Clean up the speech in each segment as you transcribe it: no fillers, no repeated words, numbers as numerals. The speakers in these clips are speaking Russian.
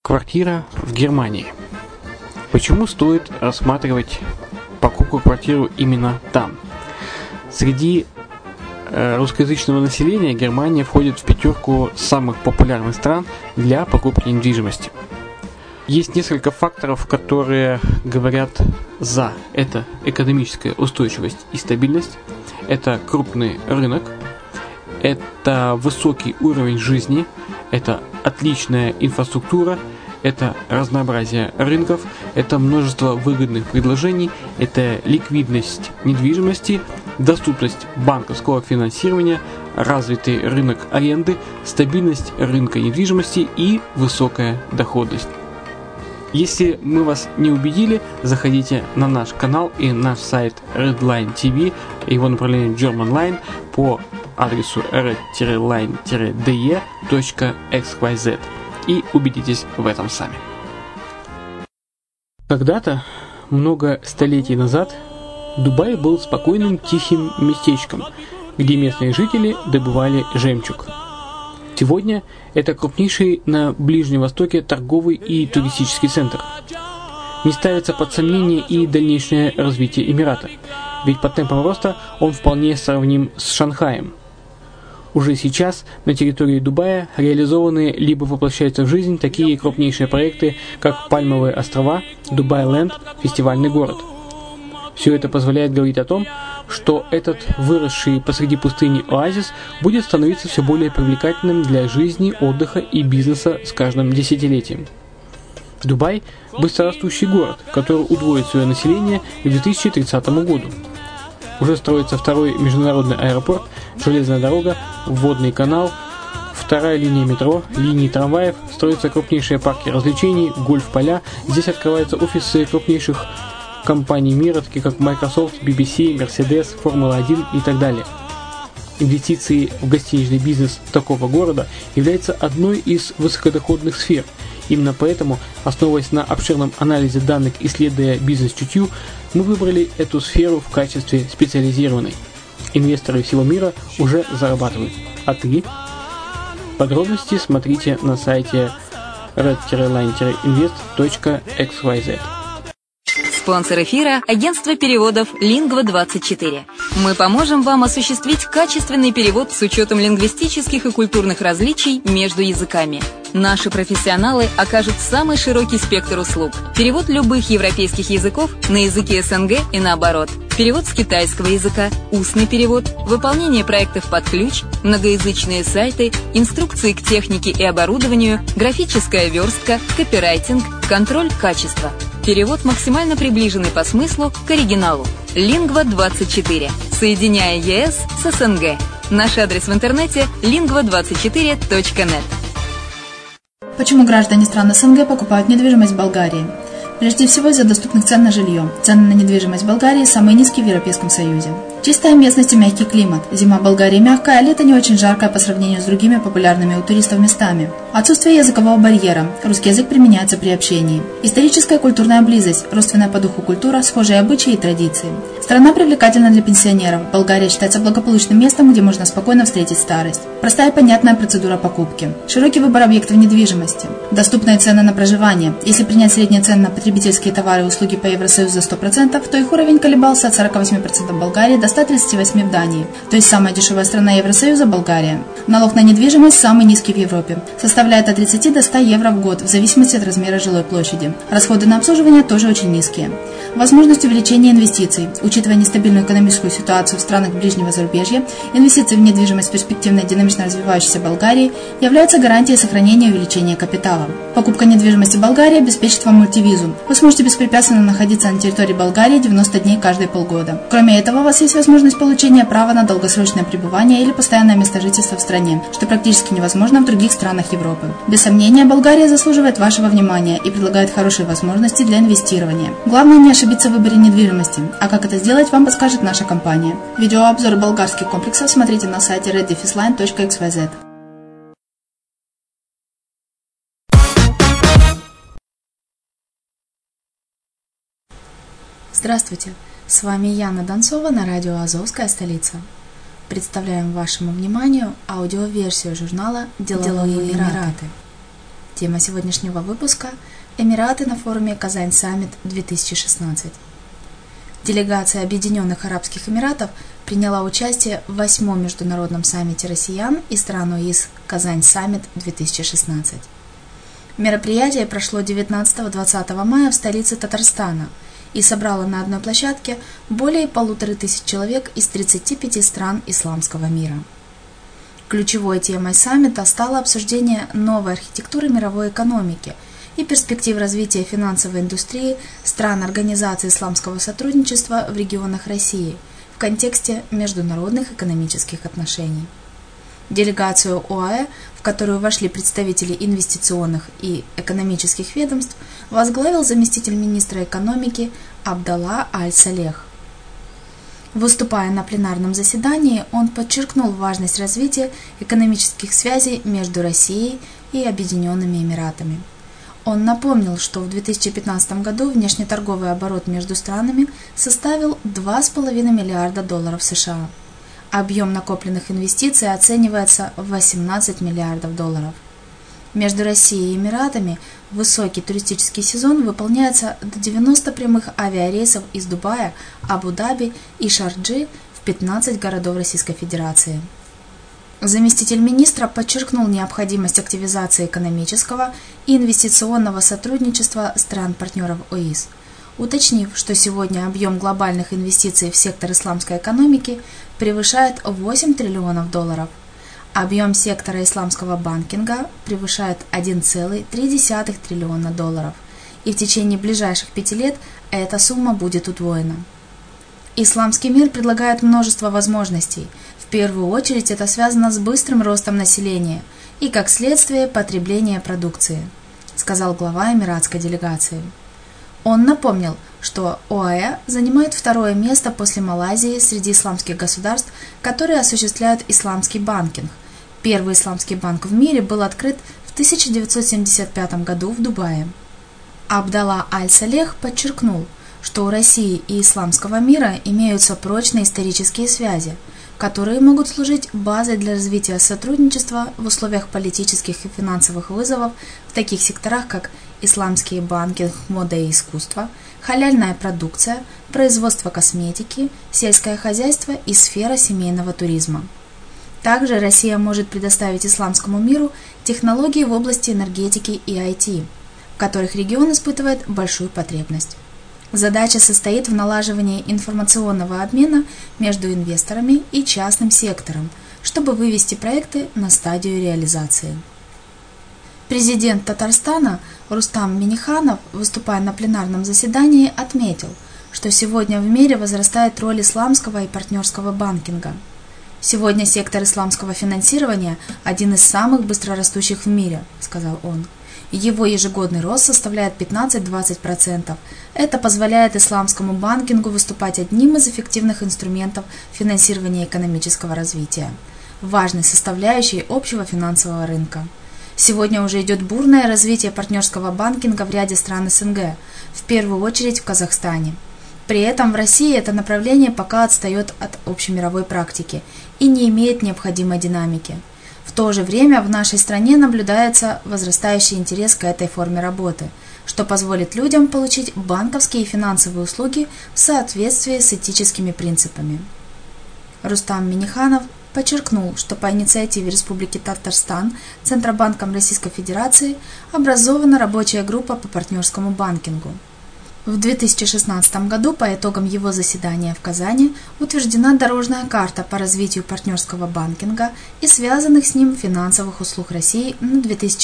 Квартира в Германии. Почему стоит рассматривать покупку квартиры именно там? Среди русскоязычного населения Германия входит в пятерку самых популярных стран для покупки недвижимости. Есть несколько факторов, которые говорят за. Это экономическая устойчивость и стабильность, это крупный рынок, это высокий уровень жизни, это отличная инфраструктура, это разнообразие рынков, это множество выгодных предложений, это ликвидность недвижимости, доступность банковского финансирования, развитый рынок аренды, стабильность рынка недвижимости и высокая доходность. Если мы вас не убедили, заходите на наш канал и наш сайт Redline TV, его направление German Line по адресу red-line-de.xyz и убедитесь в этом сами. Когда-то, много столетий назад, Дубай был спокойным тихим местечком, где местные жители добывали жемчуг. Сегодня это крупнейший на Ближнем Востоке торговый и туристический центр. Не ставится под сомнение и дальнейшее развитие Эмирата, ведь по темпам роста он вполне сравним с Шанхаем. Уже сейчас на территории Дубая реализованы либо воплощаются в жизнь такие крупнейшие проекты, как Пальмовые острова, Дубай-Ленд, фестивальный город. Все это позволяет говорить о том, что этот выросший посреди пустыни оазис будет становиться все более привлекательным для жизни, отдыха и бизнеса с каждым десятилетием. Дубай – быстрорастущий город, который удвоит свое население к 2030 году. Уже строится второй международный аэропорт, железная дорога, водный канал, вторая линия метро, линии трамваев, строятся крупнейшие парки развлечений, гольф-поля. Здесь открываются офисы крупнейших компаний мира, таких как Microsoft, BBC, Mercedes, Формула-1 и так далее. Инвестиции в гостиничный бизнес такого города являются одной из высокодоходных сфер. Именно поэтому, основываясь на обширном анализе данных, исследуя бизнес-чутью, мы выбрали эту сферу в качестве специализированной. Инвесторы всего мира уже зарабатывают. А ты? Подробности смотрите на сайте red-line-invest.xyz. Спонсор эфира – агентство переводов Lingua24. Мы поможем вам осуществить качественный перевод с учетом лингвистических и культурных различий между языками. Наши профессионалы окажут самый широкий спектр услуг. Перевод любых европейских языков на языки СНГ и наоборот. Перевод с китайского языка, устный перевод, выполнение проектов под ключ, многоязычные сайты, инструкции к технике и оборудованию, графическая верстка, копирайтинг, контроль качества. Перевод максимально приближенный по смыслу к оригиналу. Lingua24. Соединяя ЕС с СНГ. Наш адрес в интернете lingua24.net. Почему граждане стран СНГ покупают недвижимость в Болгарии? Прежде всего из-за доступных цен на жилье. Цены на недвижимость в Болгарии самые низкие в Европейском Союзе. Чистая местность и мягкий климат. Зима в Болгарии мягкая, а лето не очень жаркое по сравнению с другими популярными у туристов местами. Отсутствие языкового барьера. Русский язык применяется при общении. Историческая и культурная близость. Родственная по духу культура, схожие обычаи и традиции. Страна привлекательна для пенсионеров. Болгария считается благополучным местом, где можно спокойно встретить старость. Простая и понятная процедура покупки. Широкий выбор объектов недвижимости. Доступные цены на проживание. Если принять средние цены на потребительские товары и услуги по Евросоюзу за 100%, то их уровень колебался от 48% в Болгарии до 138% в Дании. То есть самая дешевая страна Евросоюза – Болгария. Налог на недвижимость самый низкий в Европе. Составляет от 30 до 100 евро в год, в зависимости от размера жилой площади. Расходы на обслуживание тоже очень низкие. Возможность увеличения инвестиций. Учитывая нестабильную экономическую ситуацию в странах ближнего зарубежья, инвестиции в недвижимость в перспективной динамично развивающейся Болгарии являются гарантией сохранения и увеличения капитала. Покупка недвижимости в Болгарии обеспечит вам мультивизу. Вы сможете беспрепятственно находиться на территории Болгарии 90 дней каждые полгода. Кроме этого, у вас есть возможность получения права на долгосрочное пребывание или постоянное место жительства в стране, что практически невозможно в других странах Европы. Без сомнения, Болгария заслуживает вашего внимания и предлагает хорошие возможности для инвестирования. Главное не ошибиться в выборе недвижимости, а как это сделать, вам подскажет наша компания. Видеообзор болгарских комплексов смотрите на сайте red-line.xyz. Здравствуйте, с вами Яна Донцова на радио «Азовская столица». Представляем вашему вниманию аудиоверсию журнала «Деловые Эмираты». Тема сегодняшнего выпуска – Эмираты на форуме Казань Саммит 2016. Делегация Объединенных Арабских Эмиратов приняла участие в 8-м международном саммите россиян и стран ОИС Казань Саммит 2016. Мероприятие прошло 19-20 мая в столице Татарстана и собрало на одной площадке более 1500 человек из 35 стран исламского мира. Ключевой темой саммита стало обсуждение новой архитектуры мировой экономики и перспектив развития финансовой индустрии стран Организации исламского сотрудничества в регионах России в контексте международных экономических отношений. Делегацию ОАЭ, в которую вошли представители инвестиционных и экономических ведомств, возглавил заместитель министра экономики Абдалла Аль-Салех. Выступая на пленарном заседании, он подчеркнул важность развития экономических связей между Россией и Объединенными Эмиратами. Он напомнил, что в 2015 году внешнеторговый оборот между странами составил $2,5 миллиарда США. Объем накопленных инвестиций оценивается в $18 миллиардов. Между Россией и Эмиратами в высокий туристический сезон выполняется до 90 прямых авиарейсов из Дубая, Абу-Даби и Шарджи в 15 городов Российской Федерации. Заместитель министра подчеркнул необходимость активизации экономического и инвестиционного сотрудничества стран-партнеров ОИС, уточнив, что сегодня объем глобальных инвестиций в сектор исламской экономики превышает $8 триллионов. Объем сектора исламского банкинга превышает $1,3 триллиона, и в течение ближайших 5 лет эта сумма будет удвоена. Исламский мир предлагает множество возможностей. В первую очередь это связано с быстрым ростом населения и, как следствие, потребления продукции, сказал глава эмиратской делегации. Он напомнил, что ОАЭ занимает 2-е место после Малайзии среди исламских государств, которые осуществляют исламский банкинг. Первый исламский банк в мире был открыт в 1975 году в Дубае. Абдалла Аль-Салех подчеркнул, что у России и исламского мира имеются прочные исторические связи, которые могут служить базой для развития сотрудничества в условиях политических и финансовых вызовов в таких секторах, как исламский банкинг, мода и искусство, халяльная продукция, производство косметики, сельское хозяйство и сфера семейного туризма. Также Россия может предоставить исламскому миру технологии в области энергетики и IT, в которых регион испытывает большую потребность. Задача состоит в налаживании информационного обмена между инвесторами и частным сектором, чтобы вывести проекты на стадию реализации. Президент Татарстана Рустам Минниханов, выступая на пленарном заседании, отметил, что сегодня в мире возрастает роль исламского и партнерского банкинга. Сегодня сектор исламского финансирования один из самых быстрорастущих в мире, сказал он. Его ежегодный рост составляет 15-20%. Это позволяет исламскому банкингу выступать одним из эффективных инструментов финансирования экономического развития, важной составляющей общего финансового рынка. Сегодня уже идет бурное развитие партнерского банкинга в ряде стран СНГ, в первую очередь в Казахстане. При этом в России это направление пока отстает от общемировой практики и не имеет необходимой динамики. В то же время в нашей стране наблюдается возрастающий интерес к этой форме работы, что позволит людям получить банковские и финансовые услуги в соответствии с этическими принципами. Рустам Минниханов подчеркнул, что по инициативе Республики Татарстан Центробанком Российской Федерации образована рабочая группа по партнерскому банкингу. В 2016 году по итогам его заседания в Казани утверждена дорожная карта по развитию партнерского банкинга и связанных с ним финансовых услуг России на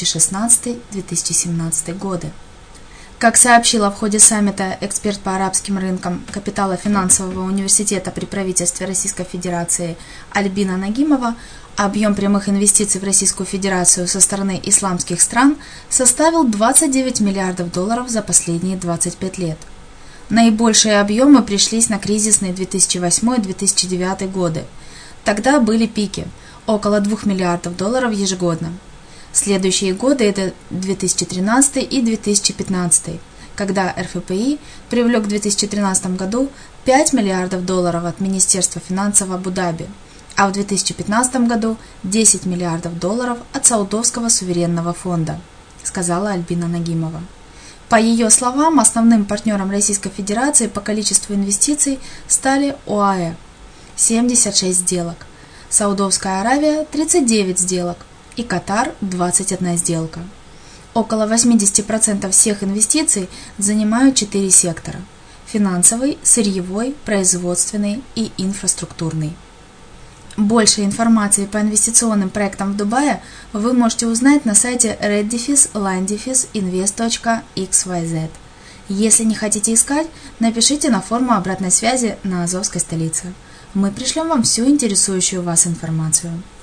2016-2017 годы. Как сообщила в ходе саммита эксперт по арабским рынкам капитала финансового университета при правительстве Российской Федерации Альбина Нагимова, объем прямых инвестиций в Российскую Федерацию со стороны исламских стран составил $29 миллиардов за последние 25 лет. Наибольшие объемы пришлись на кризисные 2008-2009 годы. Тогда были пики – около $2 миллиардов ежегодно. Следующие годы – это 2013 и 2015, когда РФПИ привлек в 2013 году $5 миллиардов от Министерства финансов Абу-Даби, а в 2015 году $10 миллиардов от Саудовского суверенного фонда. сказала Альбина Нагимова. По ее словам, основным партнером Российской Федерации по количеству инвестиций стали ОАЭ – 76 сделок, Саудовская Аравия – 39 сделок и Катар – 21 сделка. Около 80% всех инвестиций занимают 4 сектора – финансовый, сырьевой, производственный и инфраструктурный. Больше информации по инвестиционным проектам в Дубае вы можете узнать на сайте red-line-invest.xyz. Если не хотите искать, напишите на форму обратной связи на Азовской столице. Мы пришлем вам всю интересующую вас информацию.